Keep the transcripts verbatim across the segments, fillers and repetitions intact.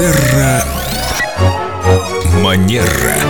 Терра Манера.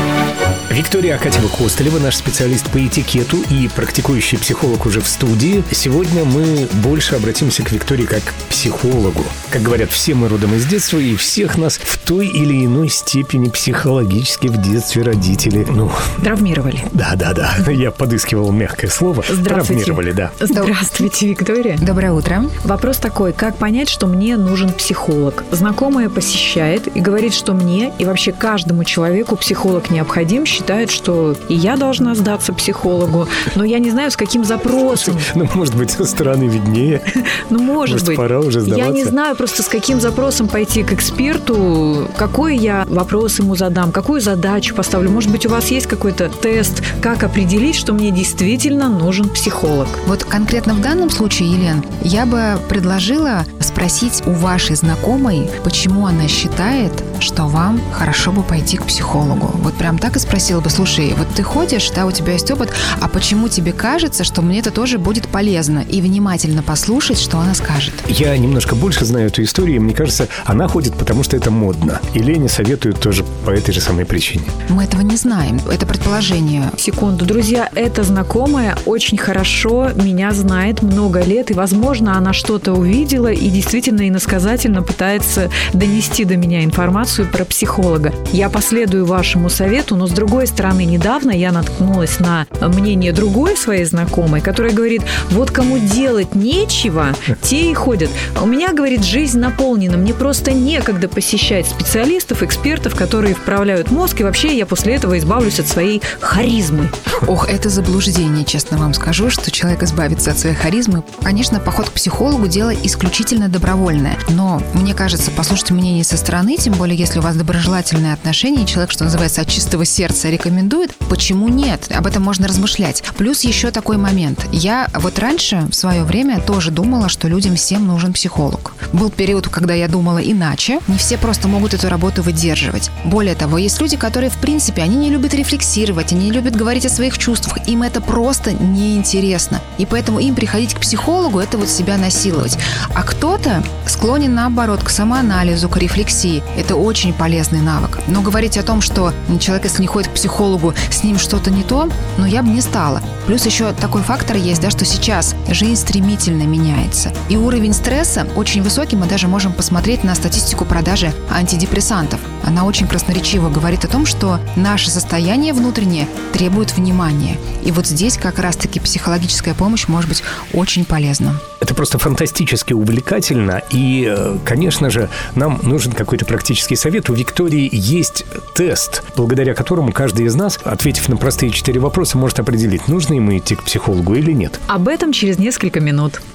Виктория Акатьева-Костылева, наш специалист по этикету и практикующий психолог, уже в студии. Сегодня мы больше обратимся к Виктории как к психологу. Как говорят, все мы родом из детства, и всех нас в той или иной степени психологически в детстве родители, ну... Травмировали. Да-да-да, я подыскивал мягкое слово. Здравствуйте. Травмировали, да. Здравствуйте, Виктория. Доброе утро. Вопрос такой: как понять, что мне нужен психолог? Знакомая посещает и говорит, что мне и вообще каждому человеку психолог необходим, считает, что и я должна сдаться психологу, но я не знаю, с каким запросом. Ну, может быть, со стороны виднее. Ну, может, может быть. Пора уже сдаваться. Я не знаю просто, с каким запросом пойти к эксперту, какой я вопрос ему задам, какую задачу поставлю. Может быть, у вас есть какой-то тест, как определить, что мне действительно нужен психолог? Вот конкретно в данном случае, Елен, я бы предложила спросить у вашей знакомой, почему она считает, что вам хорошо бы пойти к психологу. Вот прям так и спросила бы: слушай, вот ты ходишь, да, у тебя есть опыт, а почему тебе кажется, что мне это тоже будет полезно? И внимательно послушать, что она скажет. Я немножко больше знаю эту историю, и мне кажется, она ходит, потому что это модно. И Лене советуют тоже по этой же самой причине. Мы этого не знаем. Это предположение. Секунду, друзья, эта знакомая очень хорошо меня знает много лет, и, возможно, она что-то увидела и действительно иносказательно пытается донести до меня информацию про психолога. Я последую вашему совету, но, с другой стороны, недавно я наткнулась на мнение другой своей знакомой, которая говорит: вот кому делать нечего, те и ходят. У меня, говорит, жизнь наполнена, мне просто некогда посещать специалистов, экспертов, которые вправляют мозг, и вообще я после этого избавлюсь от своей харизмы. Ох, это заблуждение, честно вам скажу, что человек избавится от своей харизмы. Конечно, поход к психологу – дело исключительно добровольное. Но, мне кажется, послушать мнение со стороны, тем более, если у вас доброжелательные отношения, и человек, что называется, от чистого сердца рекомендует, почему нет? Об этом можно размышлять. Плюс еще такой момент. Я вот раньше, в свое время, тоже думала, что людям всем нужен психолог. Был период, когда я думала иначе. Не все просто могут эту работу выдерживать. Более того, есть люди, которые, в принципе, они не любят рефлексировать, они не любят говорить о своих чувствах. Им это просто неинтересно. И поэтому им приходить к психологу – это вот себя насиловать. А кто-то склонен, наоборот, к самоанализу, к рефлексии. Это очень полезный навык. Но говорить о том, что человек, если не ходит к психологу, с ним что-то не то, ну, я бы не стала. Плюс еще такой фактор есть, да, что сейчас жизнь стремительно меняется. И уровень стресса очень высокий. Мы даже можем посмотреть на статистику продажи антидепрессантов. Она очень красноречиво говорит о том, что наше состояние внутреннее требует внимания. И вот здесь как раз-таки психологическая помощь может быть очень полезна. Это просто фантастически увлекательно. И, конечно же, нам нужен какой-то практический совет. У Виктории есть тест, благодаря которому каждый из нас, ответив на простые четыре вопроса, может определить, нужно ему идти к психологу или нет. Об этом через несколько минут.